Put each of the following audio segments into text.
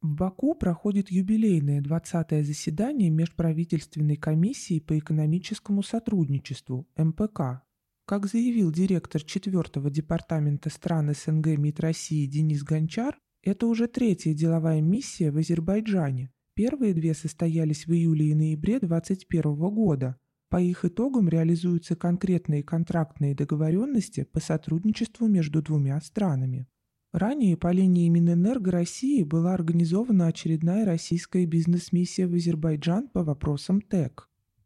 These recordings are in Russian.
В Баку проходит юбилейное 20-е заседание Межправительственной комиссии по экономическому сотрудничеству МПК. Как заявил директор 4-го департамента стран СНГ МИД России Денис Гончар, это уже третья деловая миссия в Азербайджане. Первые две состоялись в июле и ноябре 2021 года. По их итогам реализуются конкретные контрактные договоренности по сотрудничеству между двумя странами. Ранее по линии Минэнерго России была организована очередная российская бизнес-миссия в Азербайджан по вопросам ТЭК.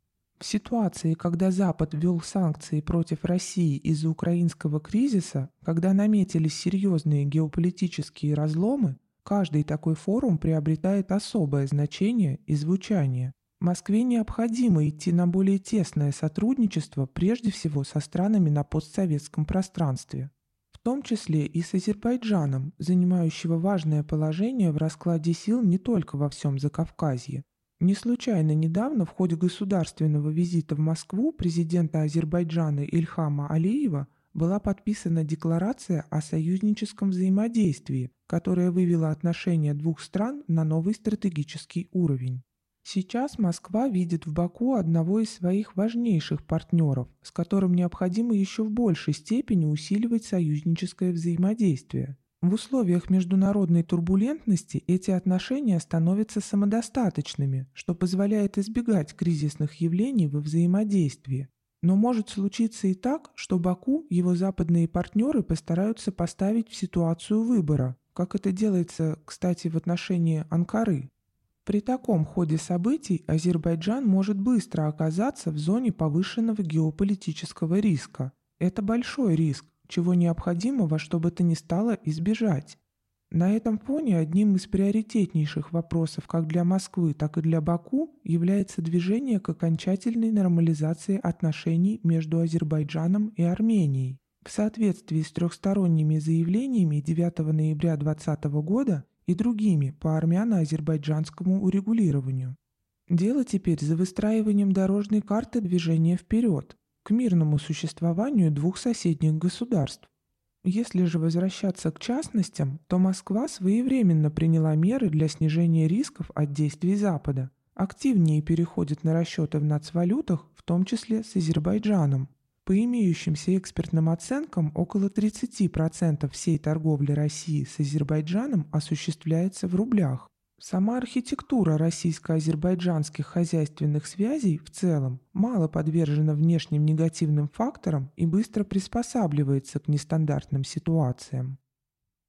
В ситуации, когда Запад ввел санкции против России из-за украинского кризиса, когда наметились серьезные геополитические разломы, каждый такой форум приобретает особое значение и звучание. Москве необходимо идти на более тесное сотрудничество прежде всего со странами на постсоветском пространстве, в том числе и с Азербайджаном, занимающего важное положение в раскладе сил не только во всем Закавказье. Не случайно недавно в ходе государственного визита в Москву президента Азербайджана Ильхама Алиева была подписана декларация о союзническом взаимодействии, которая вывела отношения двух стран на новый стратегический уровень. Сейчас Москва видит в Баку одного из своих важнейших партнеров, с которым необходимо еще в большей степени усиливать союзническое взаимодействие. В условиях международной турбулентности эти отношения становятся самодостаточными, что позволяет избегать кризисных явлений во взаимодействии. Но может случиться и так, что Баку его западные партнеры постараются поставить в ситуацию выбора, как это делается, кстати, в отношении Анкары. При таком ходе событий Азербайджан может быстро оказаться в зоне повышенного геополитического риска. Это большой риск, чего необходимо во что бы то ни стало избежать. На этом фоне одним из приоритетнейших вопросов как для Москвы, так и для Баку является движение к окончательной нормализации отношений между Азербайджаном и Арменией. В соответствии с трехсторонними заявлениями 9 ноября 2020 года и другими по армяно-азербайджанскому урегулированию. Дело теперь за выстраиванием дорожной карты движения вперед, к мирному существованию двух соседних государств. Если же возвращаться к частностям, то Москва своевременно приняла меры для снижения рисков от действий Запада, активнее переходит на расчеты в нацвалютах, в том числе с Азербайджаном. По имеющимся экспертным оценкам, около 30% всей торговли России с Азербайджаном осуществляется в рублях. Сама архитектура российско-азербайджанских хозяйственных связей в целом мало подвержена внешним негативным факторам и быстро приспосабливается к нестандартным ситуациям.